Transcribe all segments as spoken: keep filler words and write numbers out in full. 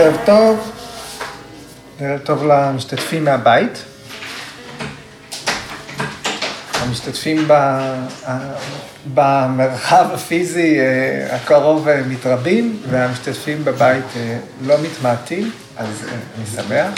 ערב טוב, ערב טוב למשתתפים מהבית. המשתתפים במרחב הפיזי הקרוב מתרבים, והמשתתפים בבית לא מתמעטים, אז אני שמח.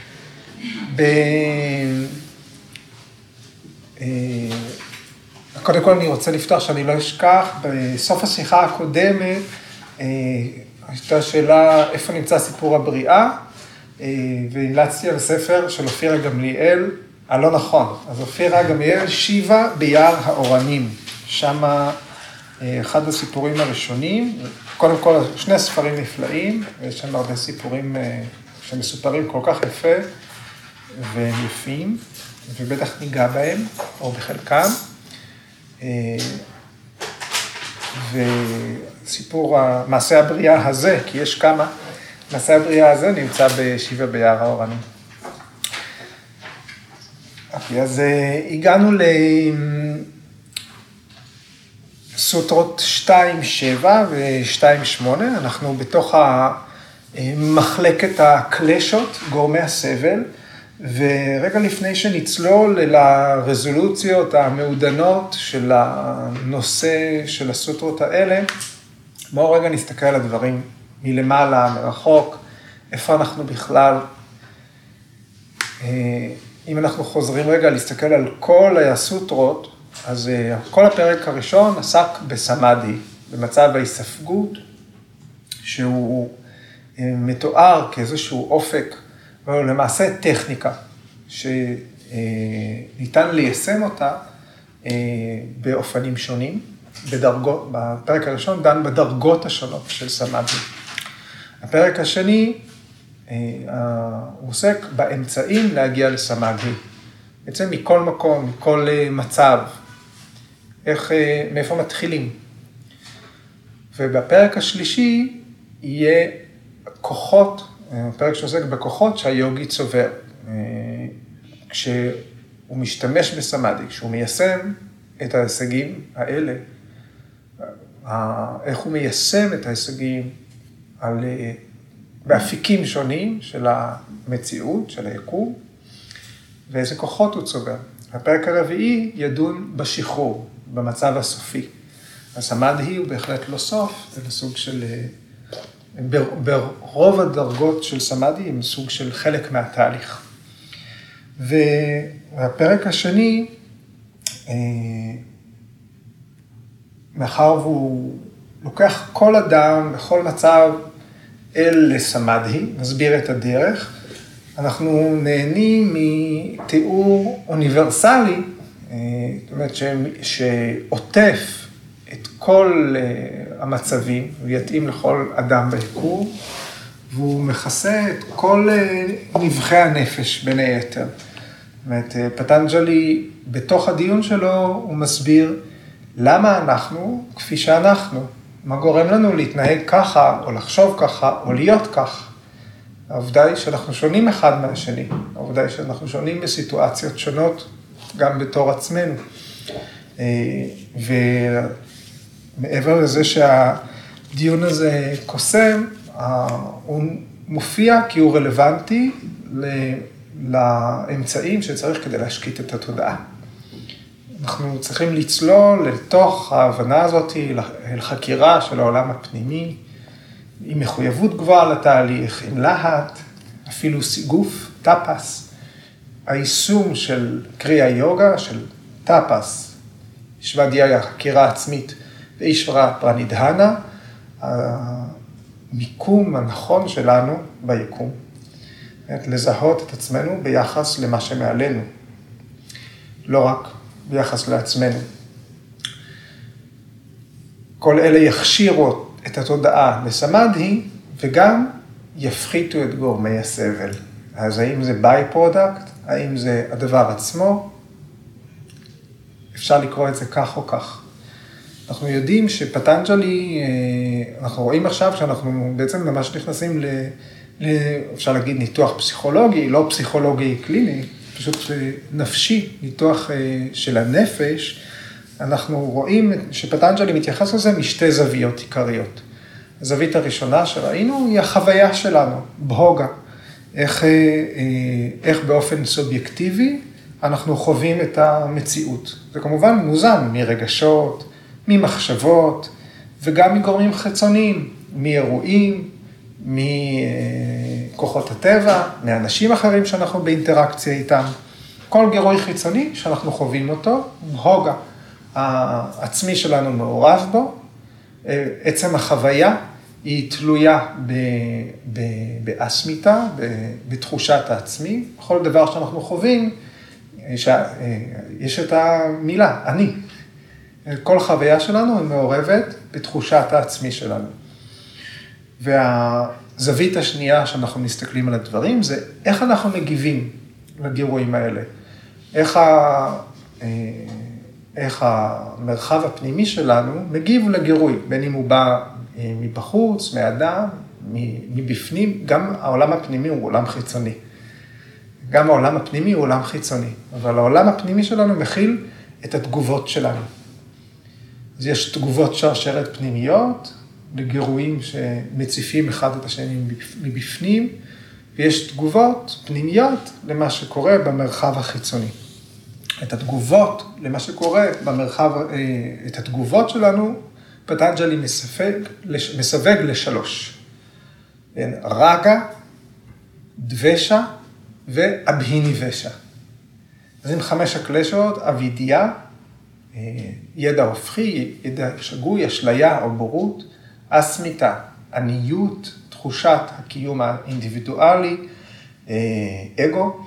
קודם כל אני רוצה לפתוח שאני לא אשכח, בסוף השיחה הקודמת, הייתה שאלה איפה נמצא סיפור הבריאה, והמלצתי על ספר של אופירה גמליאל, הלא נכון. אז אופירה גמליאל שיבה ביער האורנים, שם אחד הסיפורים הראשונים, קודם כל שני ספרים נפלאים, ויש שם הרבה סיפורים שמסופרים כל כך יפה ויפים, ובטח ניגע בהם, או בחלקם. וסיפור מעשה הבריאה הזה, כי יש כמה, מעשה הבריאה הזה נמצא בשיבה ביער האורנים. אוקיי, אז הגענו לסוטרות שתיים שבע ו-שתיים שמונה, אנחנו בתוך מחלקת הקלשות, גורמי הסבל, ורגע לפני שנצלול לרזולוציות המעודנות של הנושא של הסוטרות האלה, בואו רגע נסתכל על הדברים מלמעלה, מרחוק, איפה אנחנו בכלל. אם אנחנו חוזרים רגע להסתכל על כל הסוטרות, אז כל הפרק הראשון עסק בסמאדי, במצב ההיספגות, שהוא מתואר כאיזשהו אופק, אבל למעשה טכניקה, שניתן ליישם אותה באופנים שונים, בדרגות, בפרק הראשון דן בדרגות השונות של סמאדי. הפרק השני, הוא עוסק באמצעים להגיע לסמאדי. בעצם מכל מקום, מכל מצב, איך, מאיפה מתחילים. ובפרק השלישי יהיה כוחות, הפרק שעוסק בכוחות שהיוגי צובר. כשהוא משתמש בסמאדי, כשהוא מיישם את ההישגים האלה, איך הוא מיישם את ההישגים על, באפיקים שונים של המציאות, של היקום, ואיזה כוחות הוא צובר. הפרק הרביעי ידון בשחרור, במצב הסופי. הסמאדי הוא בהחלט לא סוף, זה סוג של, ברוב הדרגות של סמאדי הם סוג של חלק מהתהליך. והפרק השני, מאחר והוא לוקח כל אדם בכל מצב אל לסמאדי, מסביר את הדרך, אנחנו נהנים מתיאור אוניברסלי, זאת אומרת שעוטף את כל המצבים, הוא יתאים לכל אדם ביקום, והוא מכסה את כל נבחי הנפש בין היתר. זאת אומרת, פטנג'לי, בתוך הדיון שלו, הוא מסביר למה אנחנו כפי שאנחנו, מה גורם לנו להתנהג ככה, או לחשוב ככה, או להיות כך. העובדה היא שאנחנו שונים אחד מהשני, העובדה היא שאנחנו שונים בסיטואציות שונות, גם בתור עצמנו. ומעבר לזה שהדיון הזה קוסם, הוא מופיע כי הוא רלוונטי לאמצעים שצריך כדי להשקיט את התודעה. אנחנו צריכים לצלול לתוך ההבנה הזאת, אל חקירה של העולם הפנימי, עם מחויבות גבוהה לתהליך, עם להט, אפילו סיגוף, טאפס. היישום של קריאה יוגה, של טאפס, שוודיה, חקירה עצמית, ואישברה פרנידהנה, המיקום הנכון שלנו ביקום. לזהות את עצמנו ביחס למה שמעלינו, לא רק ביחס לעצמנו. כל אלה יכשירו את התודעה לסמאדי, וגם יפחיתו את גורמי הסבל. אז האם זה ביי פרודקט? האם זה הדבר עצמו? אפשר לקרוא את זה כך או כך. אנחנו יודעים שפטנג'לי, אנחנו רואים עכשיו שאנחנו בעצם ממש נכנסים ל... אפשר להגיד ניתוח פסיכולוגי, לא פסיכולוגי קליני, פשוט נפשי, ניתוח של הנפש, אנחנו רואים שפטנג'לי מתייחס לזה משתי זוויות עיקריות. הזווית הראשונה שראינו היא החוויה שלנו, בהוגה. איך, איך באופן סובייקטיבי אנחנו חווים את המציאות. זה כמובן מוזן מרגשות, ממחשבות, וגם מגורמים חיצוניים, מאירועים, מכוחות הטבע, מאנשים אחרים שאנחנו באינטראקציה איתם. כל גירוי חיצוני שאנחנו חווים אותו, הוגה, העצמי שלנו מעורב בו, עצם החוויה היא תלויה באסמיתה, בתחושת העצמי. בכל דבר שאנחנו חווים, יש את המילה, אני. כל חוויה שלנו היא מעורבת בתחושת העצמי שלנו. והזווית השנייה שאנחנו מסתכלים על הדברים, זה איך אנחנו מגיבים לגירויים האלה. איך, ה... איך המרחב הפנימי שלנו מגיב לגירוי, בין אם הוא בא מבחוץ, מאדם, מבפנים, גם העולם הפנימי הוא עולם חיצוני. גם העולם הפנימי הוא עולם חיצוני, אבל העולם הפנימי שלנו מכיל את התגובות שלנו. אז יש תגובות שרשרת פנימיות, לגירויים שמציפים אחד את השני מבפנים, ויש תגובות פנימיות למה שקורה במרחב החיצוני. את התגובות למה שקורה במרחב, את התגובות שלנו, פטנג'לי מסווג, מסווג לשלוש. רגה, דבשה ואבהיניבשה. אז עם חמש הקלשות, אבידיה, ידע הופכי, ידע שגוי, אשליה או בורות, אסמיתה, עניות, תחושת הקיום האינדיבידואלי, אגו.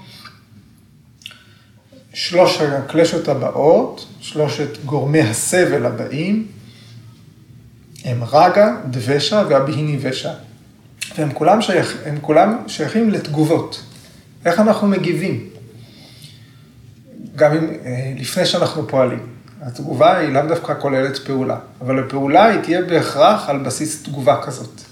שלוש הקלשות הבאות, שלושת גורמי הסבל הבאים, הם רגה, דבשה ואבהיניבשה. והם כולם, שייך, הם כולם שייכים לתגובות. איך אנחנו מגיבים? גם אם, לפני שאנחנו פועלים. התגובה היא לאו דווקא כוללת פעולה, אבל הפעולה היא תהיה בהכרח על בסיס תגובה כזאת.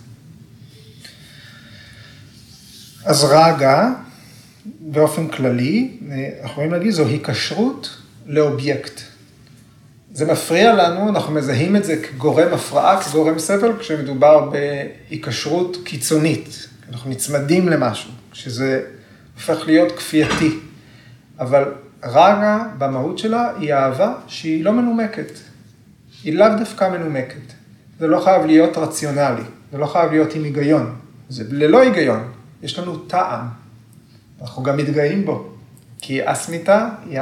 אז רגע, באופן כללי, אנחנו יכולים להגיד, זו היקשרות לאובייקט. זה מפריע לנו, אנחנו מזהים את זה כגורם הפרעה, כגורם סבל, כשמדובר בהיקשרות קיצונית. אנחנו נצמדים למשהו, שזה הופך להיות כפייתי. אבל רגע, במהות שלה, היא אהבה שהיא לא מנומקת. היא לאו דווקא מנומקת. זה לא חייב להיות רציונלי, זה לא חייב להיות עם היגיון. זה ללא היגיון. יש לנו טעם. אנחנו גם מתגאים בו. כי אסמיתה היא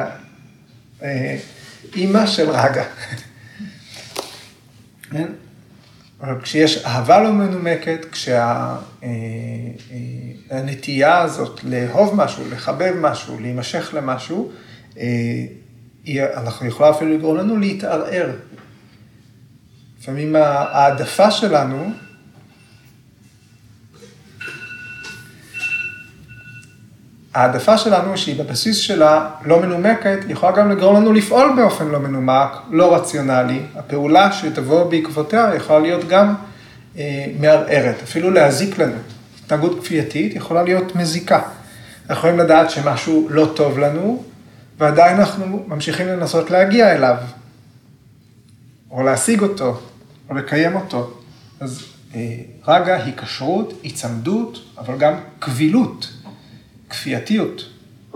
אימא של רגע. אבל כשיש אהבה לא מנומקת, כשהנטייה הזאת לאהוב משהו, לחבב משהו, להימשך למשהו, אנחנו יכולה אפילו לגרום לנו להתערער. לפעמים העדפה שלנו, העדפה שלנו שהיא בבסיס שלה לא מנומקת, יכולה גם לגרום לנו לפעול באופן לא מנומק, לא רציונלי. הפעולה שתבוא בעקבותיה יכולה להיות גם אה, מערערת, אפילו להזיק לנו. התנהגות כפייתית יכולה להיות מזיקה. אנחנו יכולים לדעת שמשהו לא טוב לנו, ועדיין אנחנו ממשיכים לנסות להגיע אליו, או להשיג אותו, או לקיים אותו. אז אה, רגע, היקשרות, הצמדות, אבל גם קבילות. כפייתיות.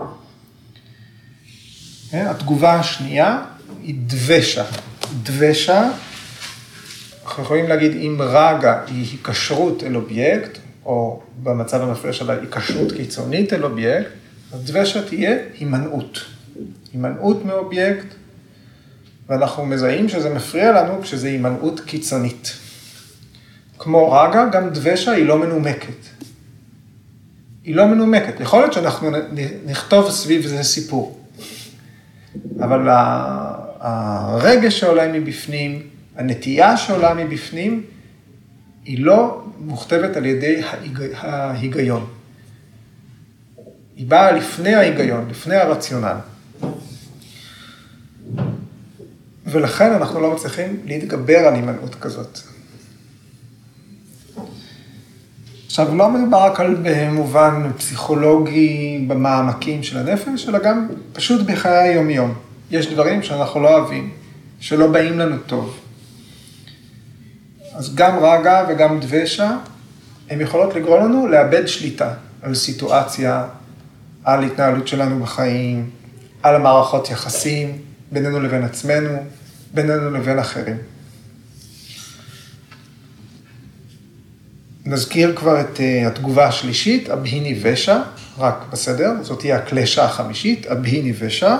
התגובה השנייה היא דבשה. דבשה, אנחנו יכולים להגיד אם רגע היא היקשרות אל אובייקט, או במצב המפריע שלה היקשרות קיצונית אל אובייקט, אז דבשה תהיה הימנעות. הימנעות מאובייקט, ואנחנו מזהים שזה מפריע לנו כשזה הימנעות קיצונית. כמו רגע, גם דבשה היא לא מנומקת. היא לא מנומקת. יכול להיות שאנחנו נכתוב סביב זה סיפור. אבל הרגש שעולה מבפנים, הנטייה שעולה מבפנים, היא לא מוכתבת על ידי ההיגיון. היא באה לפני ההיגיון, לפני הרציונל. ולכן אנחנו לא מצליחים להתגבר על הימנעות כזאת. עכשיו, לא מדובר רק על במובן פסיכולוגי במעמקים של הנפש, אלא גם פשוט בחיי היום-יום. יש דברים שאנחנו לא אוהבים, שלא באים לנו טוב. אז גם רגע וגם דבשה, הן יכולות לגרום לנו לאבד שליטה על סיטואציה, על התנהלות שלנו בחיים, על המערכות יחסים, בינינו לבין עצמנו, בינינו לבין אחרים. נזכיר כבר את התגובה השלישית, אבהיני ושע, רק בסדר, זאת תהיה הקלשה החמישית, אבהיני ושע,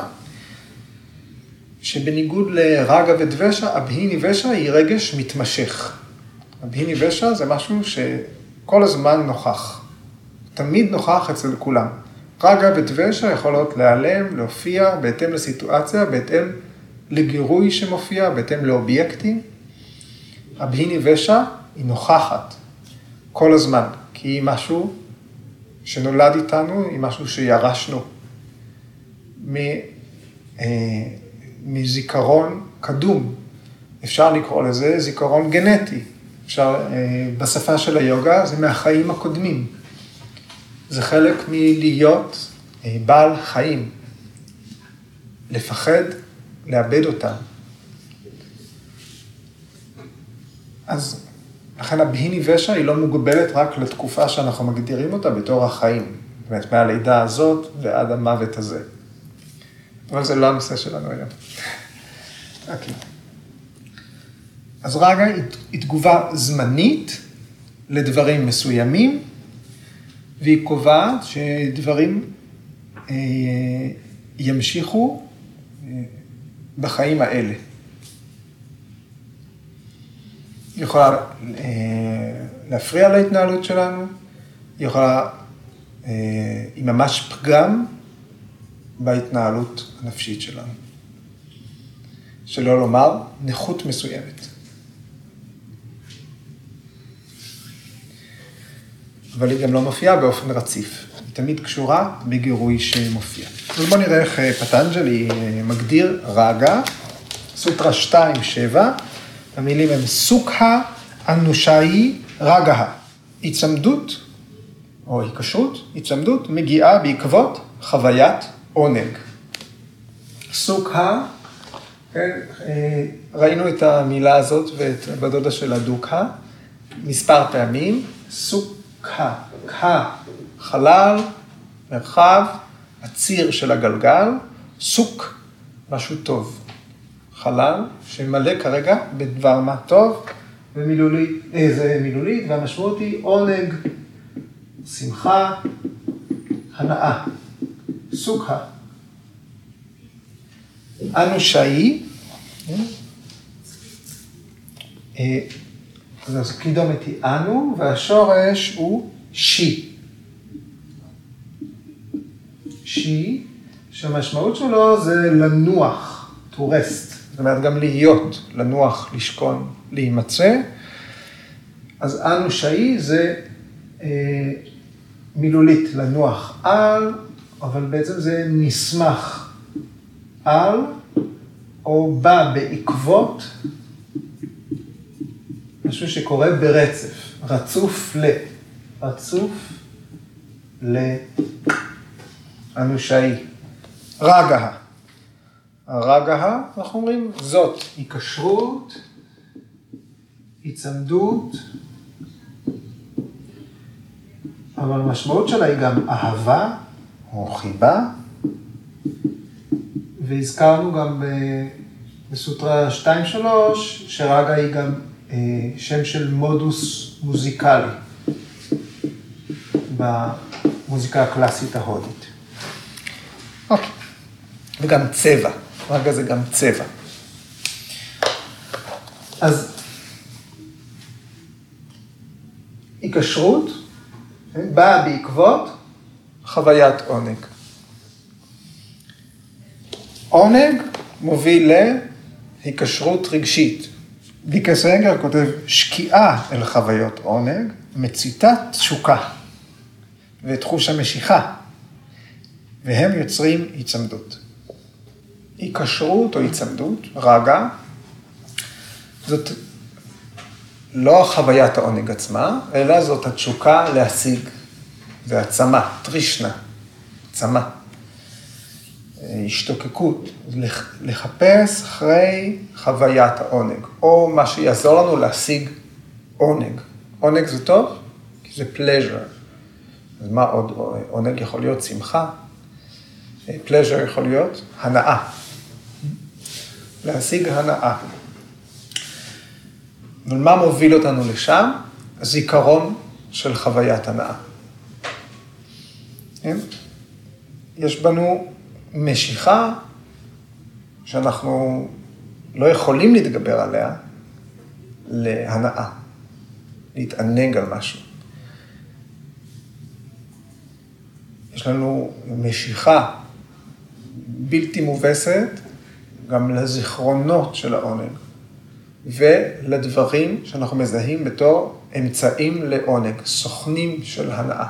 שבניגוד לרגע ודבשה, אבהיני ושע היא רגש מתמשך. אבהיני ושע זה משהו שכל הזמן נוכח, תמיד נוכח אצל כולם. רגע ודבשה יכולות להיעלם, להופיע, בהתאם לסיטואציה, בהתאם לגירוי שמופיע, בהתאם לאובייקטים. אבהיני ושע היא נוכחת כל הזמן, כי היא משהו שנולד איתנו, היא משהו שירשנו מ, אה, מזיכרון קדום. אפשר לקרוא לזה זיכרון גנטי. אפשר, אה, בשפה של היוגה זה מהחיים הקודמים. זה חלק מלהיות אה, בעל חיים. לפחד, לאבד אותם. אז לכן אבהיני ושע היא לא מוגבלת רק לתקופה שאנחנו מגדירים אותה בתור החיים. זאת אומרת, מהלידה הזאת ועד המוות הזה. אבל זה לא הנושא שלנו היום. אוקיי. אז רגע היא תגובה זמנית לדברים מסוימים, והיא קובעת שדברים אה, ימשיכו אה, בחיים האלה. היא יכולה אה, להפריע להתנהלות שלנו, היא יכולה, אה, היא ממש פגם בהתנהלות הנפשית שלנו. שלא לומר, נכות מסוימת. אבל היא גם לא מופיעה באופן רציף. היא תמיד קשורה בגירוי שמופיע. אז בואו נראה איך פטנג'לי מגדיר רגע, סוטרה שתיים שבע, המילים הם סוקה אנושאי רגה. הצמדות, או היקשרות, הצמדות מגיעה בעקבות חוויית עונג. סוקה, כן, ראינו את המילה הזאת ואת בדודה של הדוקה, מספר פעמים, סוקה, קה, חלל, מרחב, הציר של הגלגל, סוק, משהו טוב. חלל שמלא כרגע בדבר מה טוב ומילולית, זה מילולית, והמשמעות היא עונג, שמחה, הנאה, סוקה. אנושאי, אז קידומת היא אנו, והשורש הוא שי. שי, שהמשמעות שלו זה לנוח, to rest. זאת אומרת, גם להיות, לנוח, לשכון, להימצא. אז אנושאי זה אה, מילולית, לנוח על, אבל בעצם זה נשמח על, או בא בעקבות, משהו שקורה ברצף, רצוף ל, רצוף לאנושאי. רגה. הרגה, אנחנו אומרים, זאת היקשרות, הצמדות, אבל המשמעות שלה היא גם אהבה או חיבה, והזכרנו גם בסוטרה שתיים שלוש, שרגה היא גם שם של מודוס מוזיקלי במוזיקה הקלאסית ההודית. אוקיי. וגם צבע. רגע זה גם צבע. אז היקשרות באה בעקבות חוויית עונג. עונג מוביל להיקשרות רגשית. דיקה סנגר כותב, שקיעה אל חוויות עונג, מציתה תשוקה ותחוש המשיכה, והם יוצרים הצמדות. היקשרות או הצמדות, רגע, זאת לא חוויית העונג עצמה, אלא זאת התשוקה להשיג. זה עצמה, טרישנה, עצמה. השתוקקות, לחפש אחרי חוויית העונג, או מה שיעזור לנו להשיג עונג. עונג זה טוב, כי זה pleasure. אז מה עוד עונג יכול להיות? שמחה. pleasure יכול להיות הנאה. להשיג הנאה. אבל מה מוביל אותנו לשם? זיכרון של חוויית הנאה. כן? יש בנו משיכה שאנחנו לא יכולים להתגבר עליה להנאה, להתענג על משהו. יש לנו משיכה בלתי מובסת גם לזיכרונות של העונג, ולדברים שאנחנו מזהים בתור אמצעים לעונג, סוכנים של הנאה.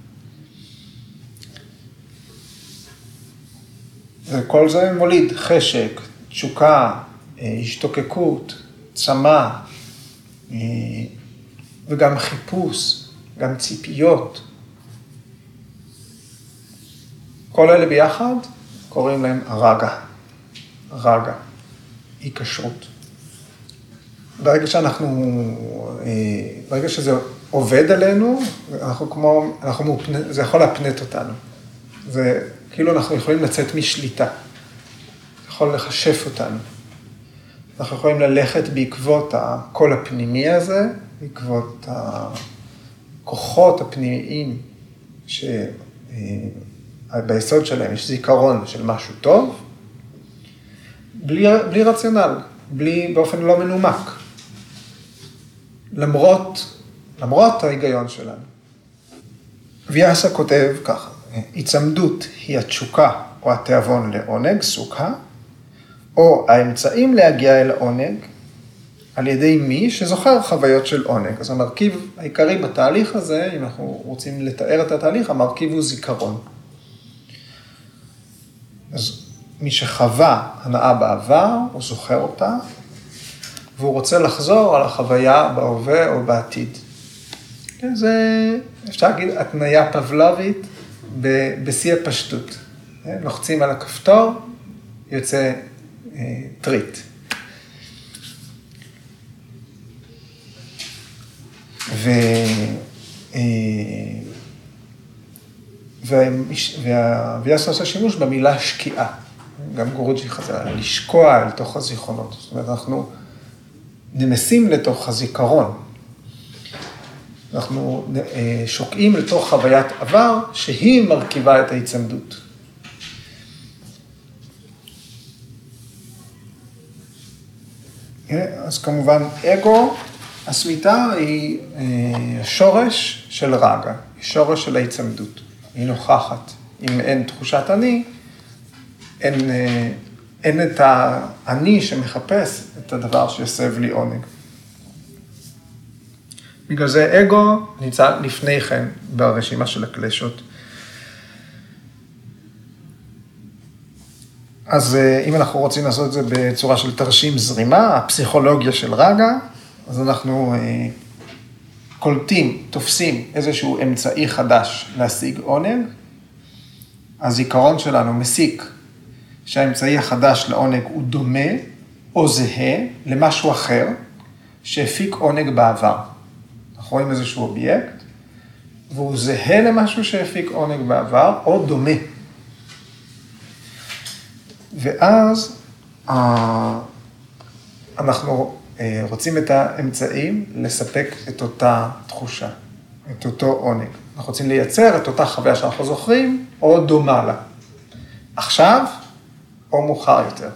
וכל זה מוליד חשק, תשוקה, השתוקקות, צמא, וגם חיפוש, גם ציפיות. כל אלה ביחד קוראים להם רגע, רגע, היקשרות. ברגע שאנחנו, ברגע שזה עובד עלינו, אנחנו כמו, אנחנו מופנ... זה יכול להפנט אותנו. זה כאילו אנחנו יכולים לצאת משליטה. זה יכול לחשף אותנו. אנחנו יכולים ללכת בעקבות הקול הפנימי הזה, בעקבות הכוחות הפנימיים, שביסוד שלהם יש זיכרון של משהו טוב, בלי, בלי רציונל, בלי, באופן לא מנומק. למרות, למרות ההיגיון שלנו. ויאסה כותב ככה, הצמדות היא התשוקה או התיאבון לעונג, סוקה, או האמצעים להגיע אל העונג, על ידי מי שזוכר חוויות של עונג. אז המרכיב העיקרי בתהליך הזה, אם אנחנו רוצים לתאר את התהליך, המרכיב הוא זיכרון. אז מי שחווה הנאה בעבר, הוא זוכר אותה, והוא רוצה לחזור על החוויה בהווה או בעתיד. זה, אפשר להגיד, התניה פבלובית בשיא הפשטות. לוחצים על הכפתור, יוצא אה, טריט. ו... אה, והוויאסה עושה שימוש במילה שקיעה. גם גורוג'י חזר, לשקוע אל תוך הזיכרונות. זאת אומרת, אנחנו נמסים לתוך הזיכרון. אנחנו שוקעים לתוך חוויית עבר, שהיא מרכיבה את ההצמדות. אז כמובן, אגו, הסמיתה היא השורש של רגע, היא שורש של ההצמדות. היא נוכחת. אם אין תחושת אני, אין, אין את האני שמחפש את הדבר שיסב לי עונג. בגלל זה אגו נמצא לפני כן ברשימה של הקלשות. אז אם אנחנו רוצים לעשות את זה בצורה של תרשים זרימה, הפסיכולוגיה של רגע, אז אנחנו קולטים, תופסים איזשהו אמצעי חדש להשיג עונג. הזיכרון שלנו מסיק שהאמצעי החדש לעונג הוא דומה או זהה למשהו אחר שהפיק עונג בעבר. אנחנו רואים איזשהו אובייקט, והוא זהה למשהו שהפיק עונג בעבר, או דומה. ואז אנחנו רוצים את האמצעים לספק את אותה תחושה, את אותו עונג. אנחנו רוצים לייצר את אותה חוויה שאנחנו זוכרים, או דומה לה. עכשיו, או מאוחר יותר.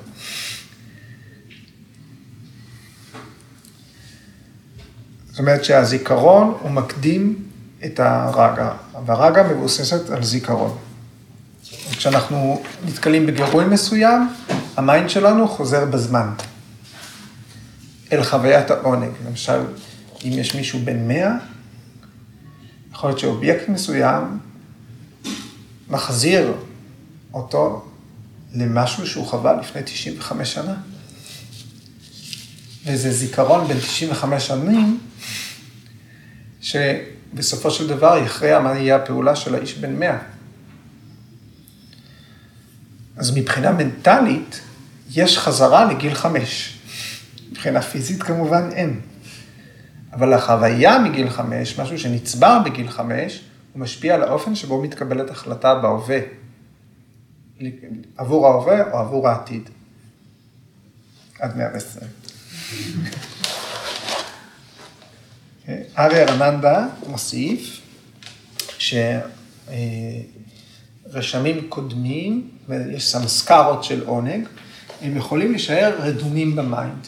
זאת אומרת שהזיכרון הוא מקדים את הרגע, והרגע מבוססת על זיכרון. כשאנחנו נתקלים בגירוי מסוים, המיינד שלנו חוזר בזמן, אל חוויית העונג. למשל, אם יש מישהו בן מאה, יכול להיות שאובייקט מסוים מחזיר אותו למשהו שהוא חווה לפני תשעים וחמש שנה. וזה זיכרון בין תשעים וחמש שנים, שבסופו של דבר יכריע מה יהיה הפעולה של האיש בן מאה. אז מבחינה מנטלית, יש חזרה לגיל חמש. מבחינה פיזית כמובן אין. אבל החוויה מגיל חמש, משהו שנצבר בגיל חמש, הוא משפיע על האופן שבו מתקבלת החלטה בהווה, עבור ההווה או עבור העתיד. עד מאה ועשרים. אריה רננדה מוסיף שרשמים קודמים, ויש סמסקרות של עונג, הם יכולים להישאר רדומים במיינד.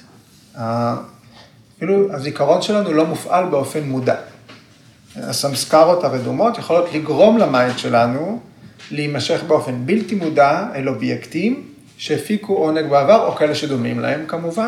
אפילו הזיכרון שלנו לא מופעל באופן מודע. הסמסקרות הרדומות יכולות לגרום למיינד שלנו להימשך באופן בלתי מודע אל אובייקטים שהפיקו עונג בעבר, או כאלה שדומים להם כמובן.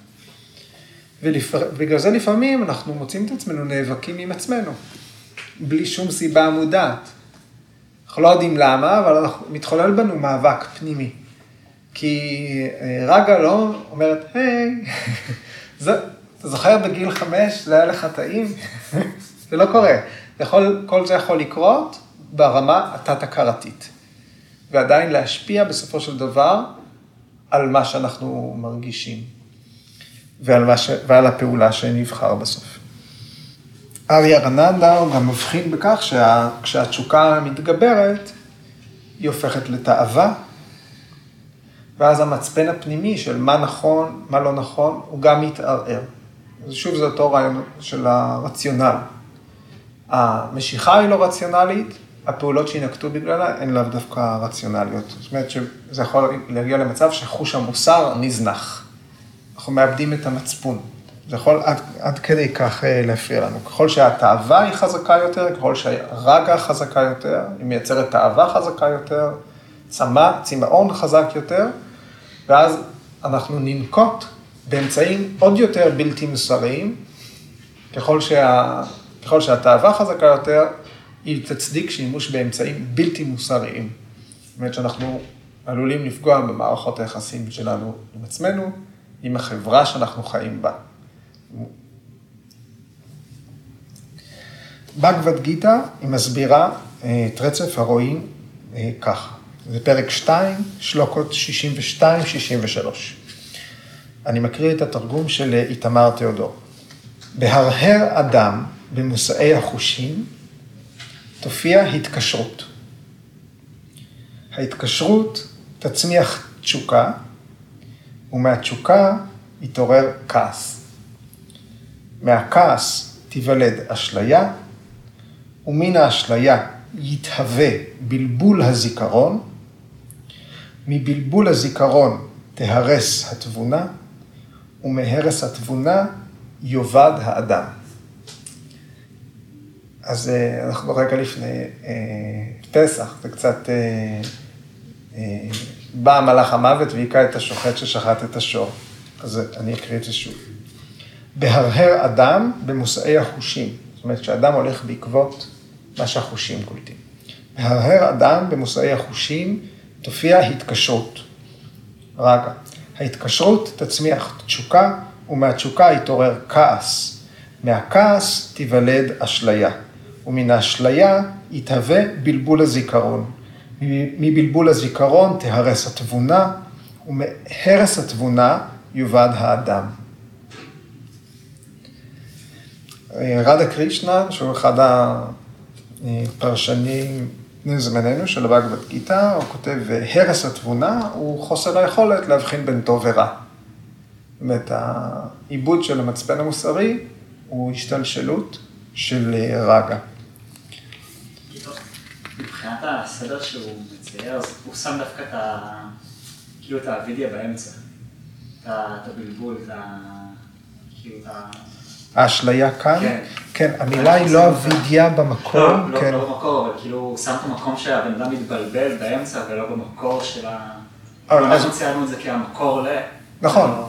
ובגלל זה לפעמים אנחנו מוצאים את עצמנו נאבקים עם עצמנו, בלי שום סיבה מודעת. אנחנו לא יודעים למה, אבל אנחנו מתחולל בנו מאבק פנימי. כי רגע לא אומרת, היי, אתה זוכר בגיל חמש, זה היה לך טעים? זה לא קורה. יכול, כל זה יכול לקרות ברמה התת-הכרתית. ועדיין להשפיע בסופו של דבר על מה שאנחנו מרגישים. ועל, מה ש... ועל הפעולה שנבחר בסוף. אריה רננדה הוא גם מבחין בכך שכשהתשוקה מתגברת, היא הופכת לתאווה, ואז המצפן הפנימי של מה נכון, מה לא נכון, הוא גם מתערער. אז שוב זה אותו רעיון של הרציונל. המשיכה היא לא רציונלית, הפעולות שינקטו בגללה הן לאו דווקא רציונליות. זאת אומרת שזה יכול להגיע למצב שחוש המוסר נזנח. אנחנו מאבדים את המצפון. זה יכול עד, עד כדי כך להפריע לנו. ככל שהתאווה היא חזקה יותר, ככל שהרגע חזקה יותר, היא מייצרת תאווה חזקה יותר, צמא, צמאון חזק יותר, ואז אנחנו ננקוט באמצעים עוד יותר בלתי מוסריים, ככל, שה, ככל שהתאווה חזקה יותר, היא תצדיק שימוש באמצעים בלתי מוסריים. זאת אומרת שאנחנו עלולים לפגוע במערכות היחסים שלנו עם עצמנו, עם החברה שאנחנו חיים בה. בגבד גיטה היא מסבירה את רצף הרואים ככה. זה פרק שתיים, שלוקות שישים ושתיים שישים ושלוש. אני מקריא את התרגום של איתמר תיאודור. בהרהר אדם במושאי החושים תופיע התקשרות. ההתקשרות תצמיח תשוקה, ומהתשוקה יתעורר כעס. מהכעס תיוולד אשליה, ומן האשליה יתהווה בלבול הזיכרון, מבלבול הזיכרון תהרס התבונה, ומהרס התבונה יובד האדם. אז אנחנו רגע לפני אה, פסח, זה קצת... אה, אה, בא מלאך המוות והיכה את השוחט ששחט את השור. אז אני אקריא את זה שוב. בהרהר אדם במושאי החושים. זאת אומרת שאדם הולך בעקבות מה שהחושים קולטים. בהרהר אדם במושאי החושים תופיע התקשרות. רגע. ההתקשרות תצמיח תשוקה, ומהתשוקה יתעורר כעס. מהכעס תיוולד אשליה, ומן האשליה יתהווה בלבול הזיכרון. מבלבול הזיכרון תהרס התבונה, ומהרס התבונה יובד האדם. רדה קרישנה, שהוא אחד הפרשנים זמננו של הבגבד גיטה, הוא כותב, הרס התבונה הוא חוסר היכולת להבחין בין טוב ורע. זאת אומרת, העיבוד של המצפן המוסרי הוא השתלשלות של רגע. מבחינת הסדר שהוא מצייר, אז הוא שם דווקא את ה... כאילו את הווידיה באמצע. את הבלבול, את ה... כאילו את ה... האשליה כאן? כן. כן, המילה היא לא הווידיה במקור. לא, לא במקור, אבל כאילו הוא שם את המקום שהבן אדם מתבלבל באמצע ולא במקור של ה... אנחנו ציירנו את זה כהמקור ל... נכון.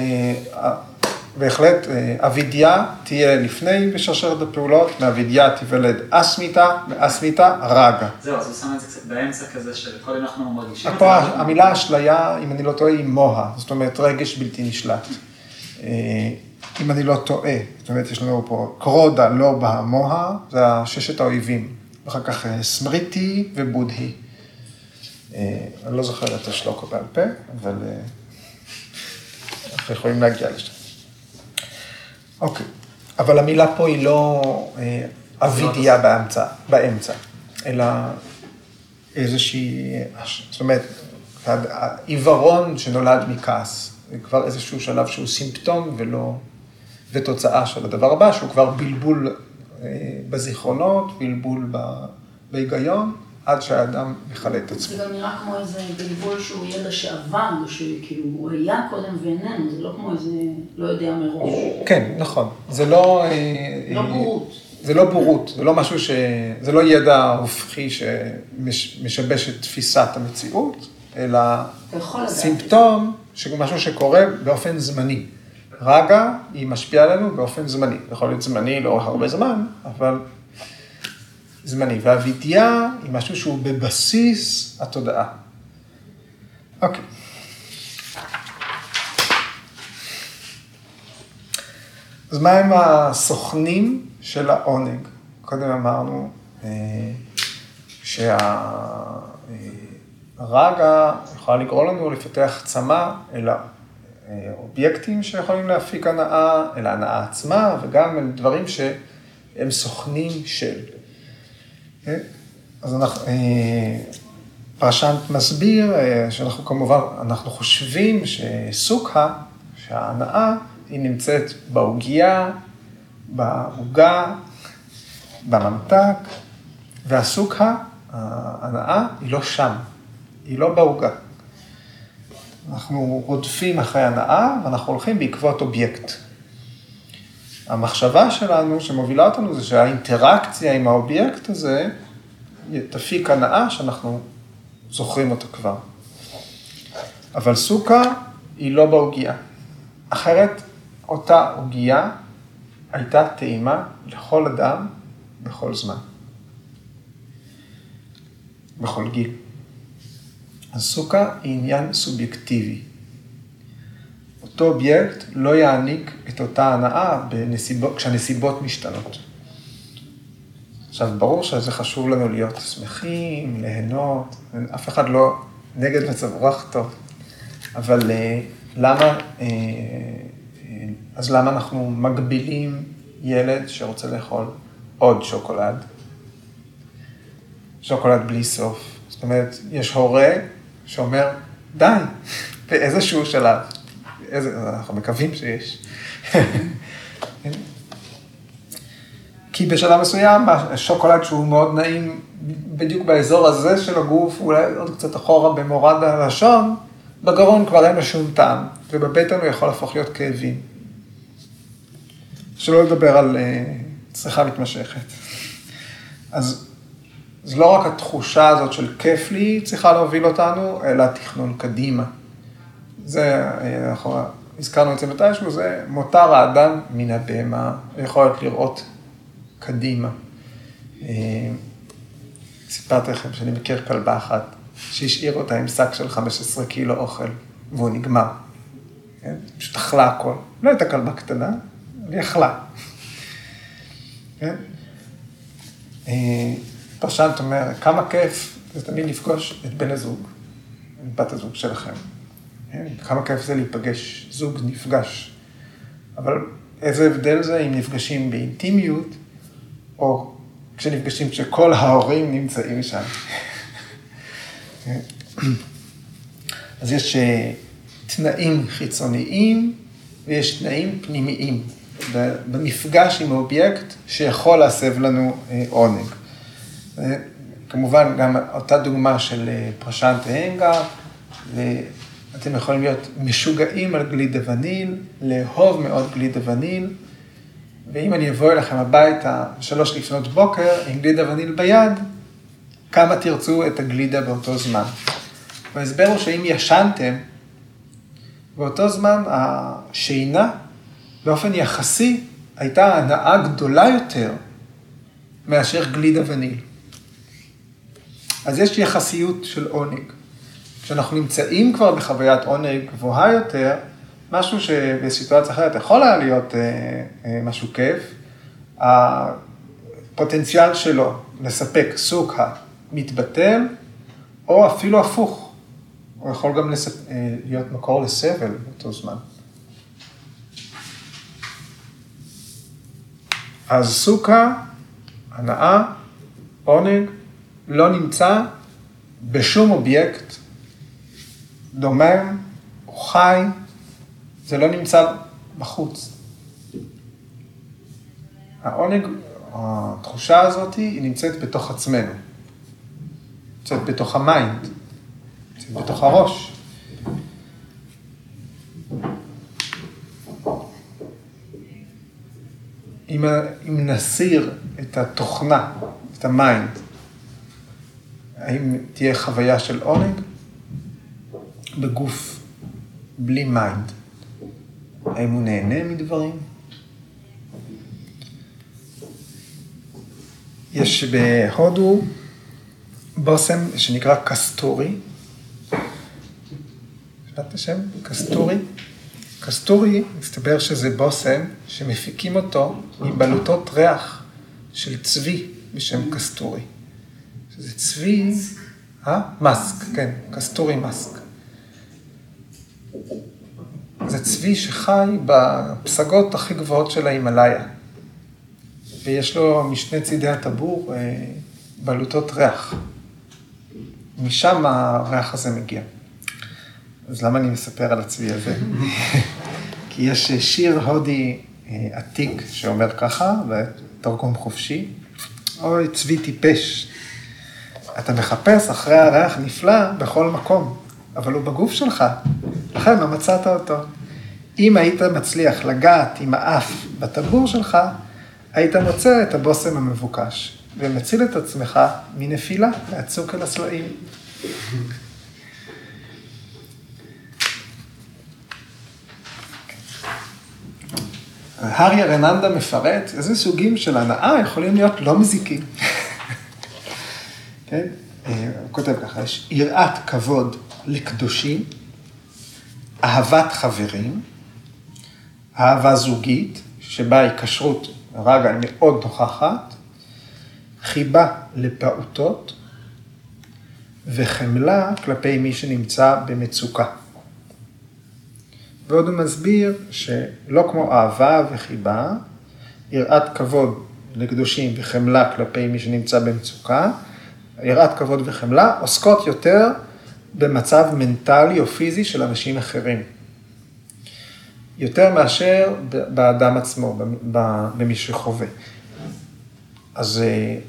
בהחלט, הווידיה תהיה לפני בשרשרת הפעולות, מהווידיה תיוולד אסמיתה, מאסמיתה רגע. זהו, אז הוא שם את זה קצת באמצע כזה שקודם אנחנו מרגישים את זה. פה המילה אשליה, אם אני לא טועה, היא מוה, זאת אומרת רגש בלתי נשלט. אם אני לא טועה, זאת אומרת יש לנו פה קרודה, לא בה, מוה, זה ששת האויבים. ואחר כך סמריטי ובודהי. אני לא זוכר את השלוקו בעל פה, אבל אנחנו יכולים להגיע לשם. אוקיי, אבל המילה פה היא לא אבידיה באמצע, באמצע, אלא איזושהי, זאת אומרת, העיוורון שנולד מכעס, זה כבר איזשהו שלב שהוא סימפטום ולא, ותוצאה של הדבר הבא, שהוא כבר בלבול בזיכרונות, בלבול בהיגיון, עד שהאדם יחלה את עצמו. זה גם נראה כמו איזה בלבול שהוא ידע שעבר, שכאילו הוא היה קודם ואיננו, זה לא כמו איזה, לא יודע מראש. כן, נכון. זה לא... לא בורות. זה לא בורות, זה לא משהו ש... זה לא ידע הופכי שמשבש את תפיסת המציאות, אלא סימפטום, משהו שקורה באופן זמני. רגע, היא משפיעה עלינו באופן זמני. יכול להיות זמני לא הרבה זמן, אבל זמני. והווידיה היא משהו שהוא בבסיס התודעה. אוקיי. אז מה הם הסוכנים של העונג? קודם אמרנו שהרגע יכולה לגרום לנו לפתח צמא אל האובייקטים שיכולים להפיק הנאה, אל ההנאה עצמה, וגם אל דברים שהם סוכנים של. אז אנחנו, פרשנט מסביר שאנחנו כמובן, אנחנו חושבים שסוקה, שההנאה, היא נמצאת בעוגיה, בעוגה, בממתק, והסוקה, ההנאה, היא לא שם, היא לא בעוגה. אנחנו רודפים אחרי הנאה, ואנחנו הולכים בעקבות אובייקט. המחשבה שלנו, שמובילה אותנו, זה שהאינטראקציה עם האובייקט הזה, תפיק הנאה שאנחנו זוכרים אותה כבר. אבל סוקה היא לא בעוגיה. אחרת, אותה עוגיה הייתה טעימה לכל אדם, בכל זמן. בכל גיל. אז סוקה היא עניין סובייקטיבי. אותו אובייקט לא יעניק את אותה הנאה בנסיבות, כשהנסיבות משתנות. עכשיו, ברור שזה חשוב לנו להיות שמחים, ליהנות, אף אחד לא נגד מצב רוח טוב. אבל למה, אז למה אנחנו מגבילים ילד שרוצה לאכול עוד שוקולד? שוקולד בלי סוף. זאת אומרת, יש הורה שאומר, די, באיזשהו שלב. איזה, אנחנו מקווים שיש. כי בשלב מסוים, השוקולד שהוא מאוד נעים, בדיוק באזור הזה של הגוף, אולי עוד קצת אחורה במורד הלשון, בגרון כבר אין לו שום טעם, ובבטן הוא יכול להפוך להיות כאבים. שלא לדבר על uh, צריכה מתמשכת. אז זה לא רק התחושה הזאת של כיף לי צריכה להוביל אותנו, אלא תכנון קדימה. זה, אנחנו הזכרנו את זה מתישהו, זה מותר האדם מן הבהמה, יכולת לראות קדימה. סיפרתי לכם שאני מכיר כלבה אחת, שהשאיר אותה עם שק של חמישה עשר קילו אוכל, והוא נגמר. פשוט אכלה הכל. לא הייתה כלבה קטנה, אבל היא אכלה. פרשנט אומר, כמה כיף זה תמיד לפגוש את בן הזוג, את בת הזוג שלכם. כמה כיף זה להיפגש, זוג נפגש. אבל איזה הבדל זה אם נפגשים באינטימיות, או כשנפגשים כשכל ההורים נמצאים שם. אז יש תנאים חיצוניים, ויש תנאים פנימיים, במפגש עם האובייקט שיכול להסב לנו עונג. כמובן, גם אותה דוגמה של פרשנט אנגר, אתם יכולים להיות משוגעים על גלידה וניל, לאהוב מאוד גלידה וניל, ואם אני אבוא אליכם הביתה שלוש לפנות בוקר עם גלידה וניל ביד, כמה תרצו את הגלידה באותו זמן. וההסבר הוא שאם ישנתם, באותו זמן השינה, באופן יחסי, הייתה הנאה גדולה יותר מאשר גלידה וניל. אז יש יחסיות של עונג. כשאנחנו נמצאים כבר בחוויית עונג גבוהה יותר, משהו שבסיטואציה אחרת יכול היה להיות אה, אה, משהו כיף, הפוטנציאל שלו לספק סוקה מתבטל, או אפילו הפוך. הוא יכול גם לספ... אה, להיות מקור לסבל באותו זמן. אז סוכה, הנאה, עונג, לא נמצא בשום אובייקט דומם או חי, זה לא נמצא בחוץ. העונג, התחושה הזאת היא נמצאת בתוך עצמנו, נמצאת בתוך המיינד, נמצאת בתוך הראש. אם, אם נסיר את התוכנה, את המיינד, האם תהיה חוויה של עונג? בגוף, בלי מיינד. האם הוא נהנה מדברים? יש בהודו בושם שנקרא קסטורי. שמעת את השם? קסטורי? קסטורי, מסתבר שזה בושם שמפיקים אותו מבלוטות ריח של צבי בשם קסטורי. שזה צבי, אה? מסק, כן, קסטורי מסק. זה צבי שחי בפסגות הכי גבוהות של ההימאליה. ויש לו משני צידי הטבור בלוטות ריח. משם הריח הזה מגיע. אז למה אני מספר על הצבי הזה? כי יש שיר הודי עתיק שאומר ככה, בתרגום חופשי, אוי, צבי טיפש. אתה מחפש אחרי הריח נפלא בכל מקום, אבל הוא בגוף שלך. לכן, לא מצאת אותו. אם היית מצליח לגעת עם האף בטבור שלך, היית מוצא את הבושם המבוקש, ומציל את עצמך מנפילה, מהצוק אל הסלעים. הארי רננדה מפרט איזה סוגים של הנאה יכולים להיות לא מזיקים. כן? הוא כותב ככה, יש יראת כבוד לקדושים, אהבת חברים, אהבה זוגית, שבה היא קשרות רגע מאוד נוכחת, חיבה לפעוטות, וחמלה כלפי מי שנמצא במצוקה. ועוד הוא מסביר שלא כמו אהבה וחיבה, יראת כבוד לקדושים וחמלה כלפי מי שנמצא במצוקה, יראת כבוד וחמלה עוסקות יותר במצב מנטלי או פיזי של אנשים אחרים. יותר מאשר באדם עצמו, במי שחווה. אז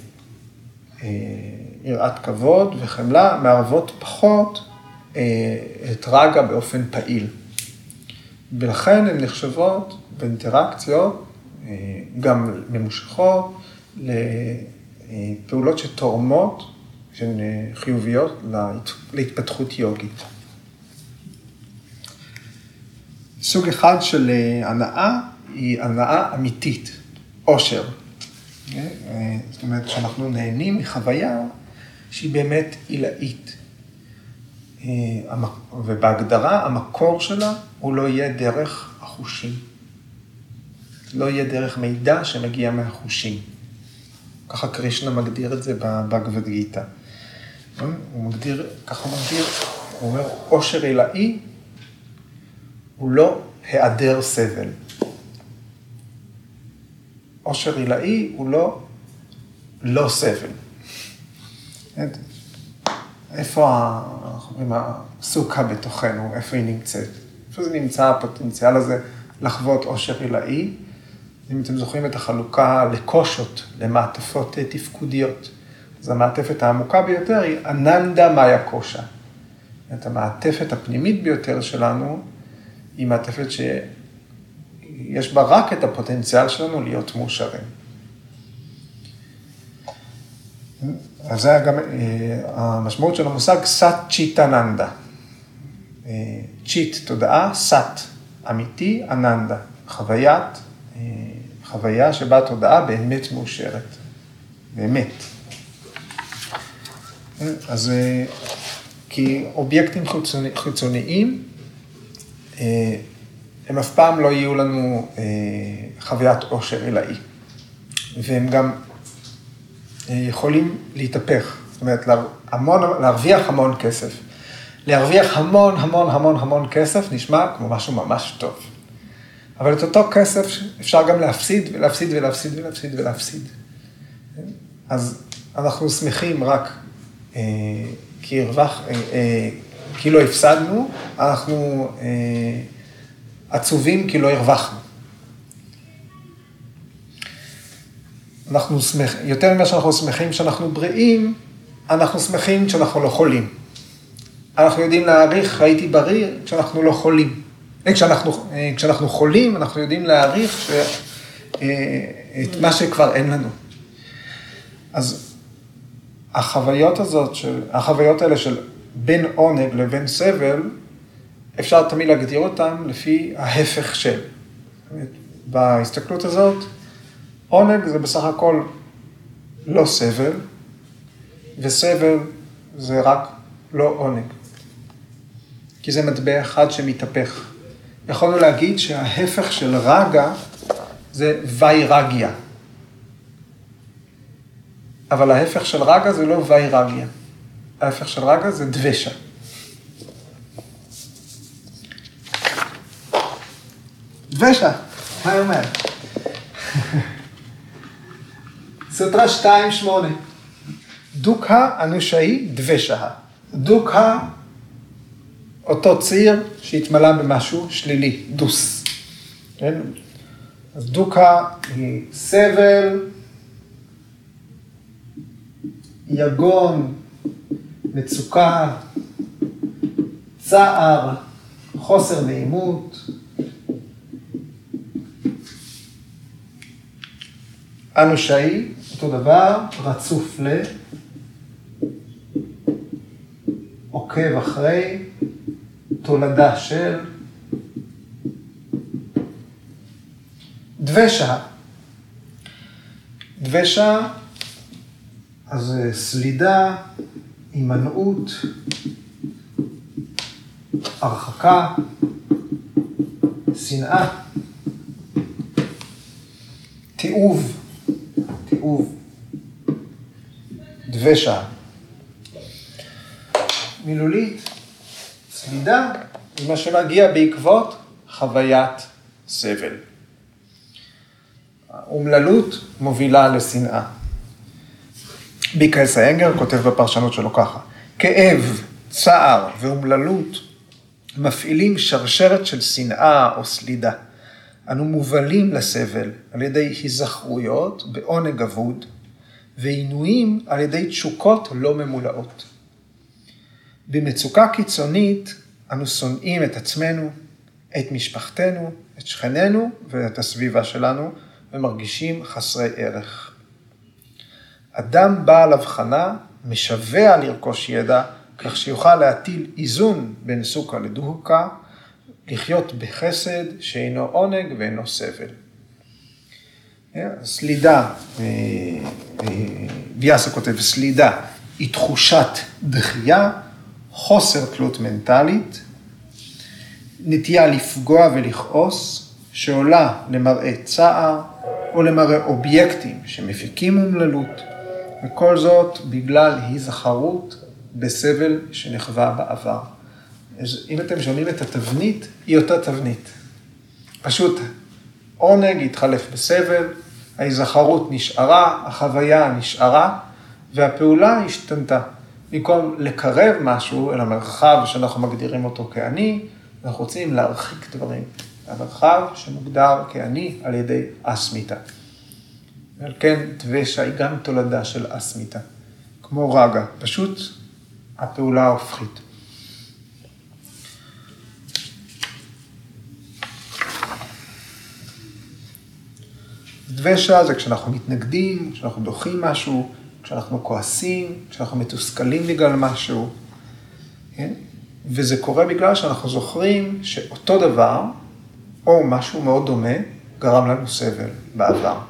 יראת כבוד וחמלה מערבות פחות את רגע באופן פעיל. ולכן הן נחשבות באינטראקציות גם ממושכות לפעולות שתורמות, שהן חיוביות להתפתחות יוגית. סוג אחד של הנאה היא הנאה אמיתית, עושר. זאת אומרת שאנחנו נהנים מחוויה שהיא באמת עילאית. ובהגדרה המקור שלה הוא לא יהיה דרך החושים. לא יהיה דרך מידע שמגיע מהחושים. ככה קרישנה מגדיר את זה בבגבד גיטה. הוא מגדיר, ככה הוא מגדיר, הוא אומר, עושר עילאי הוא לא היעדר סבל. עושר עילאי הוא לא לא סבל. איפה הסוכה בתוכנו, איפה היא נמצאת? איפה זה נמצא הפוטנציאל הזה לחוות עושר עילאי? אם אתם זוכרים את החלוקה לקושות, למעטפות תפקודיות. אז המעטפת העמוקה ביותר היא אננדה מאיה קושה. את המעטפת הפנימית ביותר שלנו היא מעטפת שיש בה רק את הפוטנציאל שלנו להיות מאושרים. אז זה גם המשמעות של המושג סת צ'יטננדה. צ'יט, תודעה, סת, אמיתי, אננדה. חוויית, חוויה שבה תודעה באמת מאושרת. באמת. אז כי אובייקטים חיצוניים, הם אף פעם לא יהיו לנו חוויית עושר עילאי. והם גם יכולים להתהפך. זאת אומרת, להמון, להרוויח המון כסף. להרוויח המון, המון, המון, המון כסף נשמע כמו משהו ממש טוב. אבל את אותו כסף אפשר גם להפסיד ולהפסיד ולהפסיד ולהפסיד ולהפסיד. אז אנחנו שמחים רק אה, כי הרווח, אה, אה, כי לא הפסדנו, אנחנו אה, עצובים כי לא הרווחנו. אנחנו שמח, יותר ממה שאנחנו שמחים שאנחנו בריאים, אנחנו שמחים שאנחנו לא חולים. אנחנו יודעים להעריך, הייתי בריא, כשאנחנו לא חולים. כשאנחנו, כשאנחנו חולים, אנחנו יודעים להעריך ש, את מה שכבר אין לנו. אז החוויות הזאת, של, החוויות האלה של בין עונג לבין סבל, אפשר תמיד להגדיר אותם לפי ההפך של. בהסתכלות הזאת, עונג זה בסך הכל לא סבל, וסבל זה רק לא עונג. כי זה מטבע אחד שמתהפך. יכולנו להגיד שההפך של רגע זה ויירגיה. אבל ההפך של רגע זה לא ויירגיה. ההפך של רגע זה דבשה. דבשה, מה היא אומרת? סוטרה שתיים שמונה. דוקה אנושאי דבשה. דוקה אותו ציר שהתמלא במשהו שלילי, דוס. כן? אז דוקה היא סבל, יגון, מצוקה, צער, חוסר נעימות. אנושאי, אותו דבר, רצוף ל, עוקב אחרי, תולדה של, דבשה. דבשה, אז סלידה, הימנעות, הרחקה, שנאה, תיעוב, תיעוב, דבשה. מילולית, סלידה, זה מה שמגיע בעקבות חוויית סבל. אומללות מובילה לשנאה. ביקלס האנגר כותב בפרשנות שלו ככה, כאב, צער ואומללות מפעילים שרשרת של שנאה או סלידה. אנו מובלים לסבל על ידי היזכרויות בעונג אבוד, ועינויים על ידי תשוקות לא ממולאות. במצוקה קיצונית אנו שונאים את עצמנו, את משפחתנו, את שכנינו ואת הסביבה שלנו, ומרגישים חסרי ערך. אדם בעל הבחנה משווה לרכוש ידע, כך שיוכל להטיל איזון בין סוכה לדוקה, לחיות בחסד שאינו עונג ואינו סבל. סלידה, ביאסה כותב, סלידה היא תחושת דחייה, חוסר תלות מנטלית, נטייה לפגוע ולכעוס, שעולה למראה צער, או למראה אובייקטים שמפיקים אומללות, וכל זאת בגלל היזכרות בסבל שנחווה בעבר. אז אם אתם שומעים את התבנית, היא אותה תבנית. פשוט עונג התחלף בסבל, ההיזכרות נשארה, החוויה נשארה, והפעולה השתנתה. במקום לקרב משהו אל המרחב שאנחנו מגדירים אותו כאני, אנחנו רוצים להרחיק דברים. המרחב שמוגדר כאני על ידי אסמיתה. ועל כן דבשה היא גם תולדה של אסמיתה. כמו רגע, פשוט הפעולה ההופכית. דבשה זה כשאנחנו מתנגדים, כשאנחנו דוחים משהו, כשאנחנו כועסים, כשאנחנו מתוסכלים בגלל משהו. כן? וזה קורה בגלל שאנחנו זוכרים שאותו דבר, או משהו מאוד דומה, גרם לנו סבל בעבר.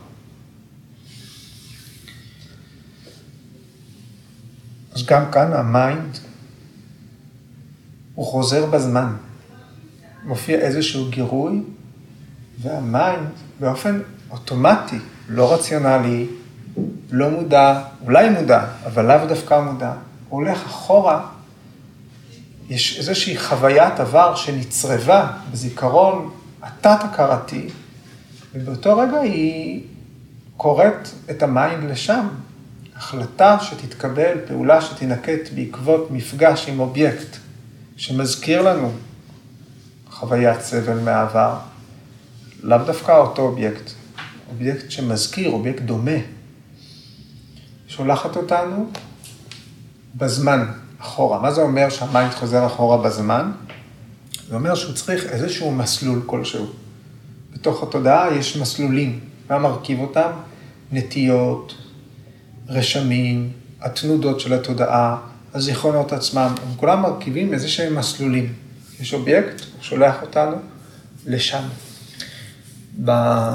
אז גם כאן המיינד, הוא חוזר בזמן. מופיע איזשהו גירוי, והמיינד באופן אוטומטי, לא רציונלי, לא מודע, אולי מודע, אבל לאו דווקא מודע, הוא הולך אחורה, יש איזושהי חוויית עבר שנצרבה בזיכרון התת-הכרתי, ובאותו רגע היא קוראת את המיינד לשם. החלטה שתתקבל, פעולה שתינקט בעקבות מפגש עם אובייקט, שמזכיר לנו חוויית סבל מהעבר, לאו דווקא אותו אובייקט, אובייקט שמזכיר, אובייקט דומה, שולחת אותנו בזמן, אחורה. מה זה אומר שהמיינד חוזר אחורה בזמן? זה אומר שהוא צריך איזשהו מסלול כלשהו. בתוך התודעה יש מסלולים. מה מרכיב אותם? נטיות, רשמים, התנודות של התודעה, הזיכרונות עצמם. הם כולם מרכיבים איזה שהם מסלולים. יש אובייקט, הוא שולח אותנו לשם. ב...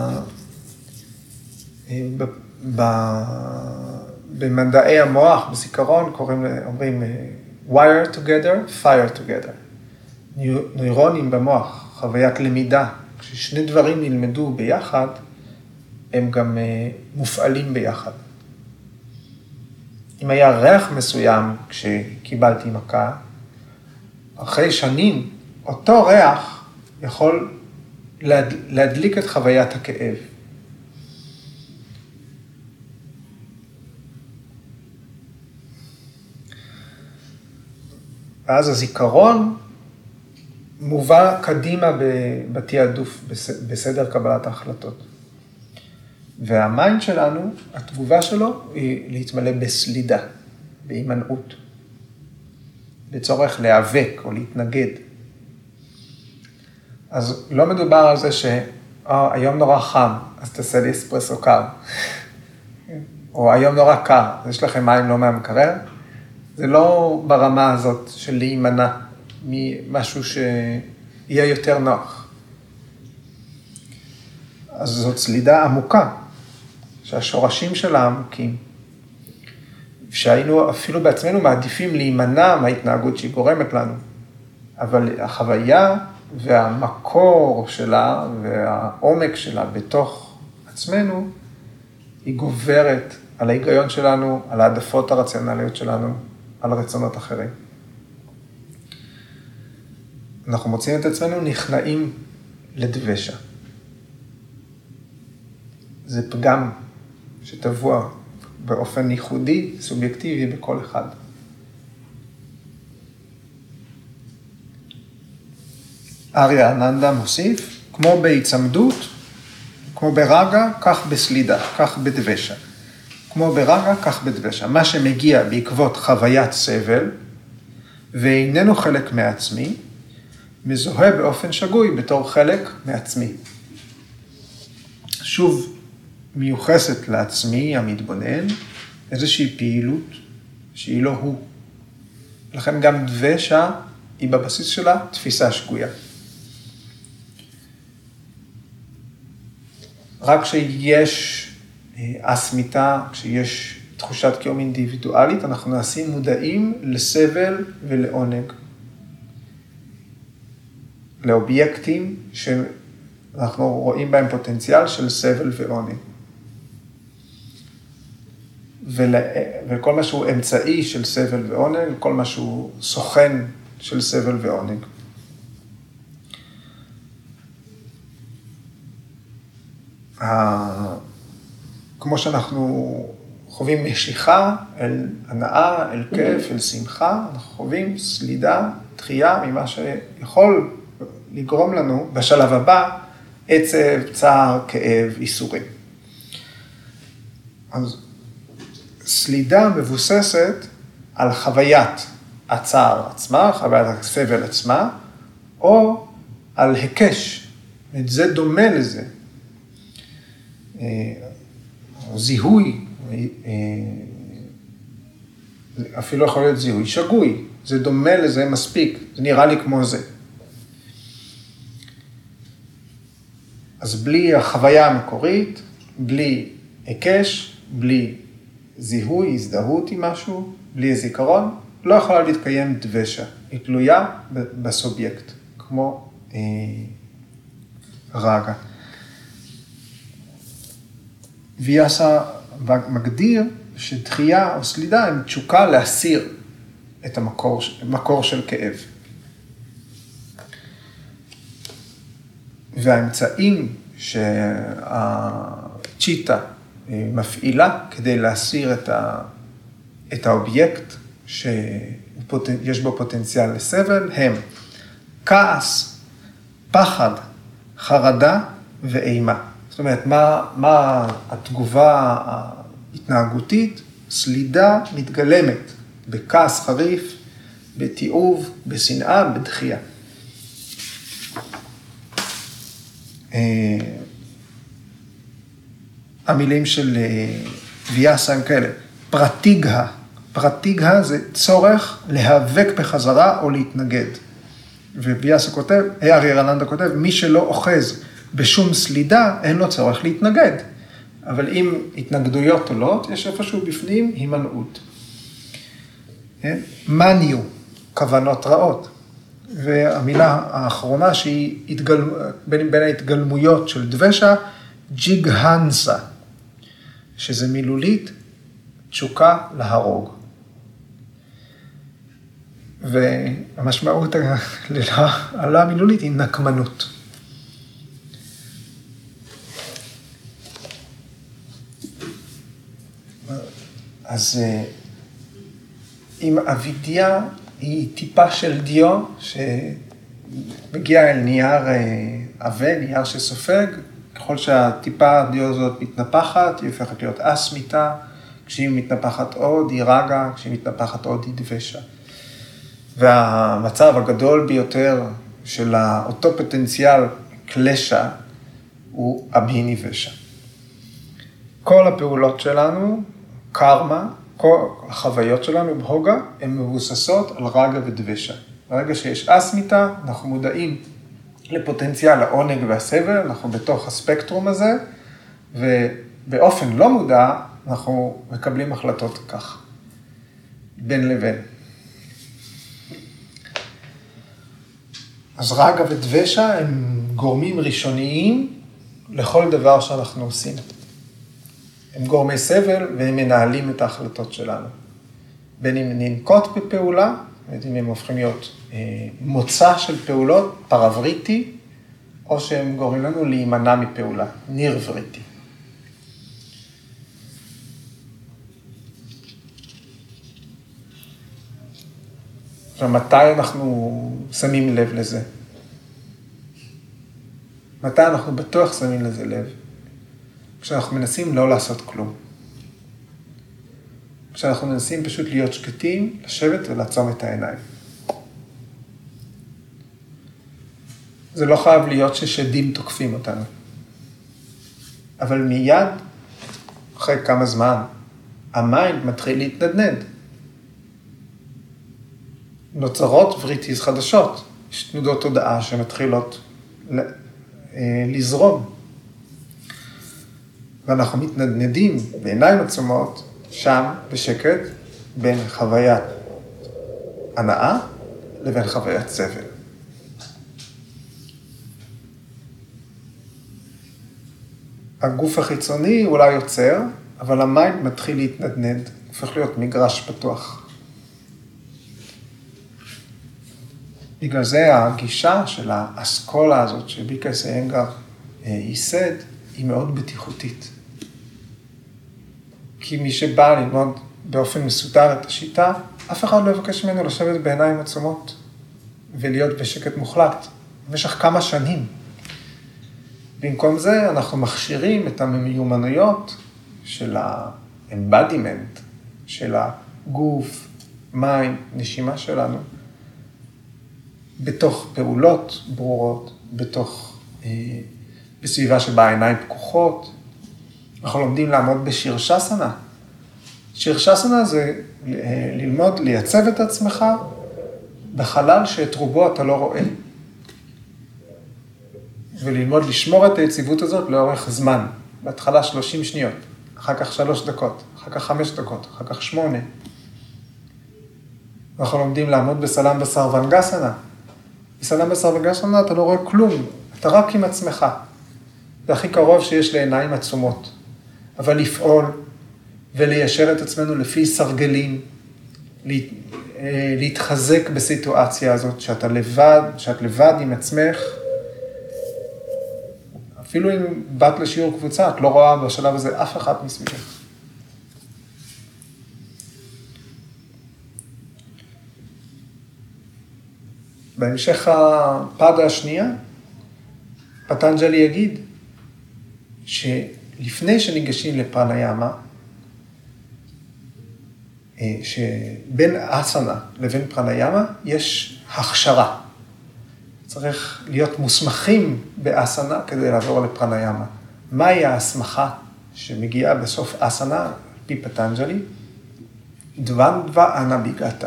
ב... ב... במדעי המוח, בזיכרון, קוראים, אומרים wire together, fire together. נוירונים במוח, חוויית למידה, כששני דברים נלמדו ביחד, הם גם מופעלים ביחד. אם היה ריח מסוים כשקיבלתי מכה, אחרי שנים, אותו ריח יכול להדליק את חוויית הכאב. ואז הזיכרון מובא קדימה בתיעדוף, בסדר קבלת ההחלטות. והמיינד שלנו, התגובה שלו היא להתמלא בסלידה, בהימנעות, בצורך להיאבק או להתנגד. אז לא מדובר על זה שהיום נורא חם, אז תעשה לי אספרסו קר. או היום נורא קר, אז יש לכם מים לא מהמקרר. זה לא ברמה הזאת של להימנע ממשהו שיהיה יותר נוח. אז זאת סלידה עמוקה, שהשורשים שלה עמוקים. שהיינו אפילו בעצמנו מעדיפים להימנע מההתנהגות שהיא גורמת לנו. אבל החוויה והמקור שלה והעומק שלה בתוך עצמנו, היא גוברת על ההיגיון שלנו, על העדפות הרציונליות שלנו, על רצונות אחרים. אנחנו מוצאים את עצמנו נכנעים לדבשה. זה פגם שטבוע באופן ייחודי, סובייקטיבי בכל אחד. אריה אננדה מוסיף, כמו בהיצמדות, כמו ברגע, כך בסלידה, כך בדבשה. כמו ברגע, כך בדבשה. מה שמגיע בעקבות חוויית סבל, ואיננו חלק מעצמי, מזוהה באופן שגוי בתור חלק מעצמי. שוב, מיוחסת לעצמי המתבונן, איזושהי פעילות שהיא לא הוא. לכן גם דבשה היא בבסיס שלה תפיסה שגויה. רק כשיש אסמיתה, כשיש תחושת קיום אינדיבידואלית, אנחנו נעשים מודעים לסבל ולעונג. לאובייקטים שאנחנו רואים בהם פוטנציאל של סבל ועונג. ול... וכל מה שהוא אמצעי של סבל ועונג, כל מה שהוא סוכן של סבל ועונג. כמו שאנחנו חווים משיכה אל הנאה, אל כיף, אל שמחה, אנחנו חווים סלידה, דחייה ממה שיכול לגרום לנו בשלב הבא, עצב, צער, כאב, איסורים. אז סלידה מבוססת על חוויית הצער עצמה, חוויית הסבל עצמה, או על היקש. זה דומה לזה. זיהוי, אפילו יכול להיות זיהוי שגוי, זה דומה לזה מספיק, זה נראה לי כמו זה. אז בלי החוויה המקורית, בלי היקש, בלי זיהוי, הזדהות עם משהו, בלי זיכרון, לא יכולה להתקיים דבשה, היא תלויה בסובייקט, כמו אה, רגע. ויאסה מגדיר שדחייה או סלידה הם תשוקה להסיר את המקור, מקור של כאב. והאמצעים שהצ'יטה מפעילה כדי להסיר את, ה, את האובייקט שיש בו פוטנציאל לסבל הם כעס, פחד, חרדה ואימה. זאת אומרת, מה, מה התגובה ההתנהגותית? סלידה מתגלמת בכעס חריף, בתיעוב, בשנאה, בדחייה. המילים של ויאסה הם כאלה, פרטיגה, פרטיגה זה צורך להיאבק בחזרה או להתנגד. וויאסה כותב, אריאלנדה כותב, מי שלא אוחז בשום סלידה, אין לו צורך להתנגד. אבל אם התנגדויות עולות, יש איפשהו בפנים הימנעות. מניו, כוונות רעות. והמילה האחרונה שהיא התגל... בין, בין ההתגלמויות של דבשה, ג'יגהנסה, שזה מילולית תשוקה להרוג. והמשמעות על המילולית היא נקמנות. אז אם אבידיה היא טיפה של דיו, שמגיעה אל נייר עבה, נייר שסופג, ככל שהטיפה הדיו הזאת מתנפחת, היא הופכת להיות אסמיתה, כשהיא מתנפחת עוד היא רגה, כשהיא מתנפחת עוד היא דבשה. והמצב הגדול ביותר של אותו פוטנציאל קלשה הוא אביני ושע. כל הפעולות שלנו, קרמה, כל החוויות שלנו בהוגה, הן מבוססות על רגה ודבשה. ברגע שיש אסמיתה, אנחנו מודעים לפוטנציאל העונג והסבל, אנחנו בתוך הספקטרום הזה, ובאופן לא מודע, אנחנו מקבלים החלטות כך, בין לבין. אז רגה ודבשה הם גורמים ראשוניים לכל דבר שאנחנו עושים. הם גורמי סבל והם מנהלים את ההחלטות שלנו. בין אם ננקוט בפעולה, בין אם הם הופכים להיות אה, מוצא של פעולות, פרבריטי, או שהם גורמים לנו להימנע מפעולה, נירבריטי. עכשיו, מתי אנחנו שמים לב לזה? מתי אנחנו בטוח שמים לזה לב? כשאנחנו מנסים לא לעשות כלום. כשאנחנו מנסים פשוט להיות שקטים, לשבת ולעצום את העיניים. זה לא חייב להיות ששדים תוקפים אותנו. אבל מיד, אחרי כמה זמן, המיינד מתחיל להתנדנד. נוצרות וריטיז חדשות. יש תנודות תודעה שמתחילות לזרום. ואנחנו מתנדנדים בעיניים עצומות, שם בשקט, בין חוויית הנאה לבין חוויית סבל. הגוף החיצוני אולי יוצר, אבל המיינד מתחיל להתנדנד, הופך להיות מגרש פתוח. בגלל זה הגישה של האסכולה הזאת שביקס איינגר ייסד, היא מאוד בטיחותית. כי מי שבא ללמוד באופן מסודר את השיטה, אף אחד לא יבקש ממנו לשבת בעיניים עצומות ולהיות בשקט מוחלט, במשך כמה שנים. במקום זה אנחנו מכשירים את המיומנויות של ה-embodiment, של הגוף, מים, נשימה שלנו, בתוך פעולות ברורות, בתוך, אה, בסביבה שבה העיניים פקוחות. אנחנו לומדים לעמוד בשירשסנה. שירשסנה זה ללמוד לייצב את עצמך בחלל שאת רובו אתה לא רואה. וללמוד לשמור את היציבות הזאת לאורך זמן. בהתחלה שלושים שניות, אחר כך שלוש דקות, אחר כך חמש דקות, אחר כך שמונה. אנחנו לומדים לעמוד בסלם בסרוונגסנה. בסלם בסרוונגסנה אתה לא רואה כלום, אתה רק עם עצמך. זה הכי קרוב שיש לעיניים עצומות. אבל לפעול וליישר את עצמנו לפי סרגלים, להתחזק בסיטואציה הזאת, שאתה לבד, שאת לבד עם עצמך, אפילו אם באת לשיעור קבוצה, את לא רואה בשלב הזה אף אחד מסביבך. בהמשך הפדה השנייה, פטנג'לי יגיד שלפני שניגשים לפרניאמה, שבין אסנה לבין פרניאמה יש הכשרה. צריך להיות מוסמכים באסנה כדי לעבור לפרניאמה. מהי ההסמכה שמגיעה בסוף אסנה, על פי פטנג'לי? דוונדווה אנביגתה.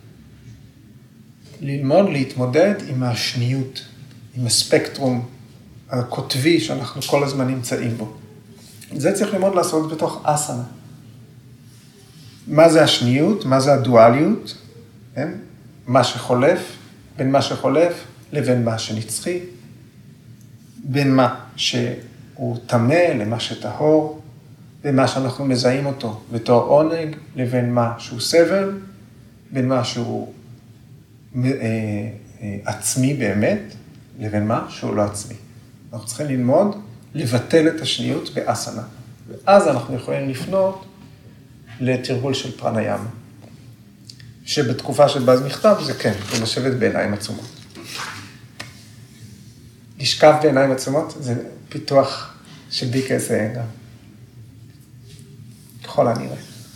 ללמוד להתמודד עם השניות, עם הספקטרום הכותבי שאנחנו כל הזמן נמצאים בו. זה צריך ללמוד לעשות בתוך אסנה. מה זה השניות? מה זה הדואליות? כן? מה שחולף, בין מה שחולף לבין מה שנצחי, בין מה שהוא תמה למה שטהור, ומה שאנחנו מזהים אותו בתור עונג, לבין מה שהוא סבל, בין מה שהוא עצמי באמת, לבין מה שהוא לא עצמי. אנחנו צריכים ללמוד לבטל את השניות באסנה, ואז אנחנו יכולים לפנות לתרגול של פרניאמה, שבתקופה של באז מכתב זה כן, זה לשבת בעיניים עצומות. לשכב בעיניים עצומות זה פיתוח של בי כזה גם, ככל הנראה.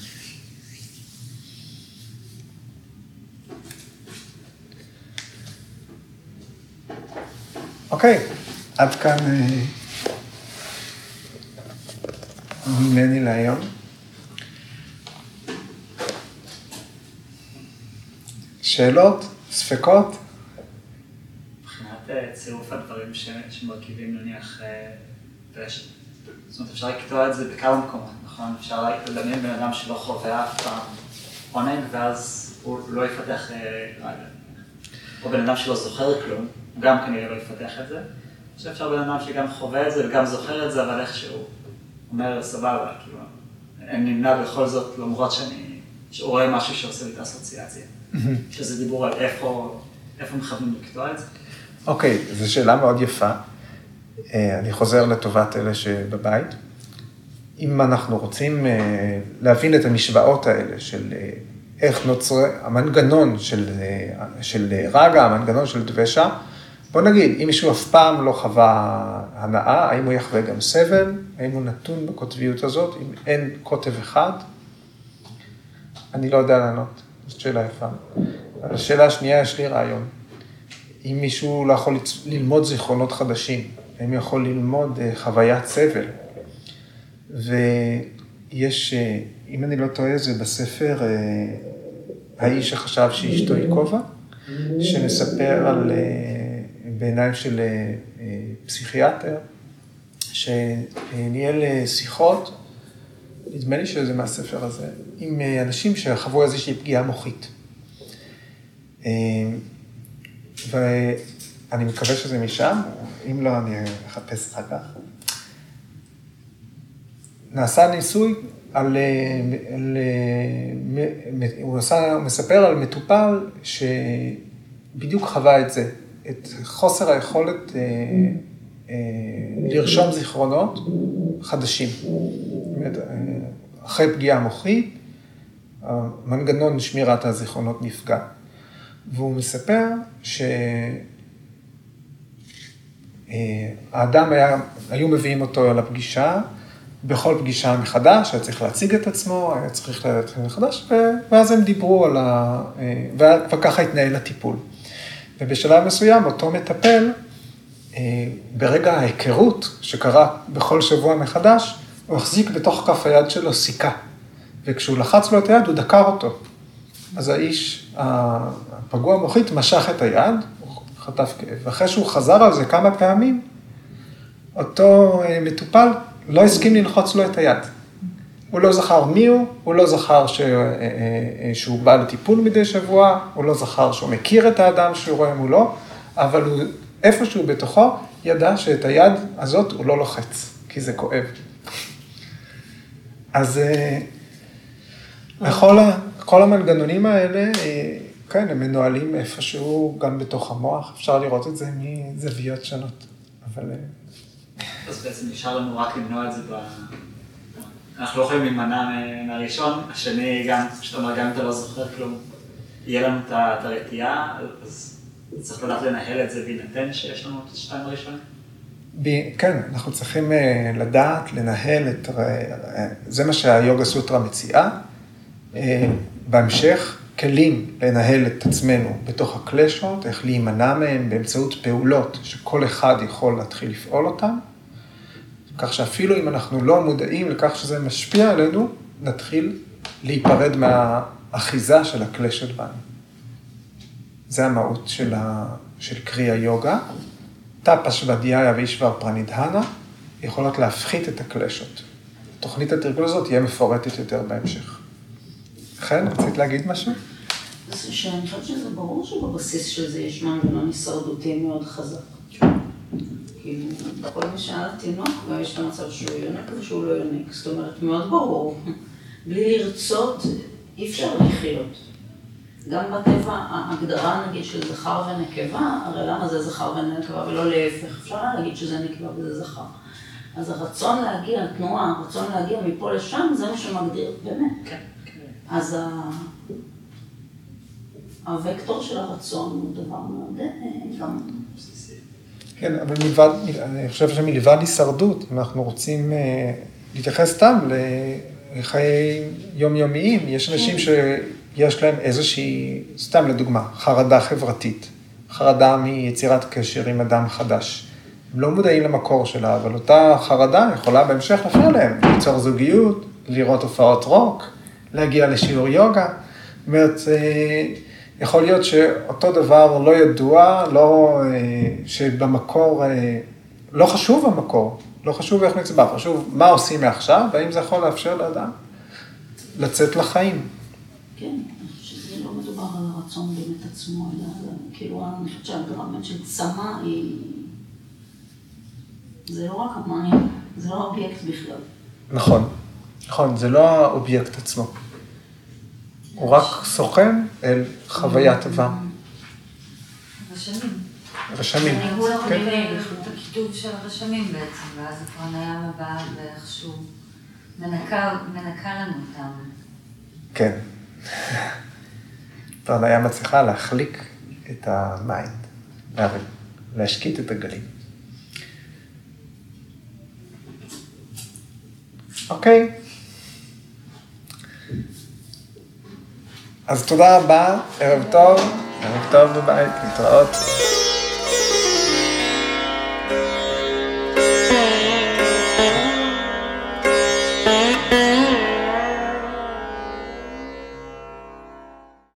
אוקיי, עד כאן ממני להיום. שאלות, ספקות? מבחינת צירוף הדברים שמרכיבים נניח רשת. זאת אומרת, אפשר לקטוע את זה בכמה מקומות, נכון? אפשר לדמיין בן אדם שלא חווה אף פעם עונג, ואז הוא לא יפתח רגע. או בן אדם שלא זוכר כלום, הוא גם כנראה לא יפתח את זה. שאפשר בן אדם שגם חווה את זה וגם זוכר את זה, אבל איכשהו אומר סבבה, כאילו, אני נמנע בכל זאת, למרות שאני רואה משהו שעושה לי את האסוציאציה. שזה דיבור על איפה, איפה מכוונים לקטוע את זה. אוקיי, זו שאלה מאוד יפה. אני חוזר לטובת אלה שבבית. אם אנחנו רוצים להבין את המשוואות האלה של איך נוצר, המנגנון של, של רגע, המנגנון של דבשה, בוא נגיד, אם מישהו אף פעם לא חווה הנאה, האם הוא יחווה גם סבל, האם הוא נתון בקוטביות הזאת, אם אין קוטב אחד, אני לא יודע לענות, זאת שאלה יפה. על השאלה השנייה יש לי רעיון. אם מישהו לא יכול ללמוד זיכרונות חדשים, האם הוא יכול ללמוד חוויית סבל, ויש, אם אני לא טועה, זה בספר האיש שחשב שאשתו היא כובע, שמספר על, בעיניים של פסיכיאטר, שניהל שיחות, נדמה לי שזה מהספר הזה, עם אנשים שחוו איזושהי פגיעה מוחית. ואני מקווה שזה משם, אם לא, אני אחפש אחר כך. נעשה ניסוי על, על, הוא עשה, מספר על מטופל שבדיוק חווה את זה, את חוסר היכולת אה, אה, לרשום זיכרונות חדשים. באמת, אחרי פגיעה מוחית, המנגנון שמירת הזיכרונות נפגע. והוא מספר שהאדם היה, היו מביאים אותו לפגישה, בכל פגישה מחדש, היה צריך להציג את עצמו, היה צריך ללכת מחדש, ואז הם דיברו על ה... וככה התנהל הטיפול. ובשלב מסוים, אותו מטפל, ברגע ההיכרות שקרה בכל שבוע מחדש, הוא החזיק בתוך כף היד שלו סיכה, וכשהוא לחץ לו את היד, הוא דקר אותו. אז האיש, הפגוע מוחית, משך את היד, הוא חטף כאב, ואחרי שהוא חזר על זה כמה פעמים, אותו מטופל לא הסכים ללחוץ לו את היד. הוא לא זכר מי הוא, הוא לא זכר ש... שהוא בא לטיפול מדי שבוע, הוא לא זכר שהוא מכיר את האדם שהוא רואה מולו, אבל הוא איפשהו בתוכו ידע שאת היד הזאת הוא לא לוחץ, כי זה כואב. אז בכל ה... כל המנגנונים האלה, כן, הם מנוהלים איפשהו גם בתוך המוח, אפשר לראות את זה מזוויות שונות, אבל... אז בעצם נשאר לנו רק למנוע את זה ב... אנחנו לא יכולים להימנע מהראשון, השני גם, שאתה אומר, גם אם אתה לא זוכר כלום, יהיה לנו את הרתיעה, אז צריך לדעת לנהל את זה בהינתן שיש לנו את השתיים הראשונים. כן, אנחנו צריכים לדעת, לנהל את... זה מה שהיוגה סוטרה מציעה. בהמשך, כלים לנהל את עצמנו בתוך הקלשות, איך להימנע מהם באמצעות פעולות שכל אחד יכול להתחיל לפעול אותן, כך שאפילו אם אנחנו לא מודעים לכך שזה משפיע עלינו, נתחיל להיפרד מהאחיזה של הקלשות בנו. זה המהות של, ה... של קרי היוגה. טאפה שוודיה ואישבר פרנידהנה יכולות להפחית את הקלשות. תוכנית התרגול הזאת תהיה מפורטת יותר בהמשך. לכן, רצית להגיד משהו? זה שאני חושבת שזה ברור שבבסיס של זה יש מנגנון הישרדותי מאוד חזק. כאילו, כל מי שאל תינוק, ויש את המצב שהוא יונק ושהוא לא יונק. זאת אומרת, מאוד ברור. בלי לרצות, אי אפשר לחיות. גם בטבע, ההגדרה, נגיד, של זכר ונקבה, הרי למה זה זכר ונקבה ולא להפך? אפשר להגיד שזה נקבה וזה זכר. אז הרצון להגיע, התנועה, הרצון להגיע מפה לשם, זה מה שמגדיר באמת. כן, כן. אז הוקטור של הרצון הוא דבר מאוד גם... כן, אבל מלבד, אני חושב שמלבד הישרדות, אם אנחנו רוצים להתייחס סתם לחיי יומיומיים, יש אנשים שיש להם איזושהי, סתם לדוגמה, חרדה חברתית, חרדה מיצירת קשר עם אדם חדש. הם לא מודעים למקור שלה, אבל אותה חרדה יכולה בהמשך להפריע להם, ליצור זוגיות, לראות הופעות רוק, להגיע לשיעור יוגה. זאת אומרת, יכול להיות שאותו דבר לא ידוע, לא, שבמקור, לא חשוב המקור, לא חשוב איך נצבע, חשוב מה עושים מעכשיו, והאם זה יכול לאפשר לאדם לצאת לחיים. כן, אני חושבת שזה לא מדובר על הרצון באמת עצמו, אלא כאילו, אני חושבת שהגרמת של צמא היא... זה לא רק המעניין, זה לא אובייקט בכלל. נכון, נכון, זה לא האובייקט עצמו. הוא רק סוכן אל חוויה טובה. רשמים. רשמים. הוא לא מבין את הכיתוב של הרשמים בעצם, ואז הפרניאמה באה ואיכשהו מנקה לנו אותם. כן. פרניאמה צריכה להחליק את המיינד, להשקיט את הגלים. אוקיי. אז תודה רבה, ערב טוב, ערב טוב בבית, להתראות.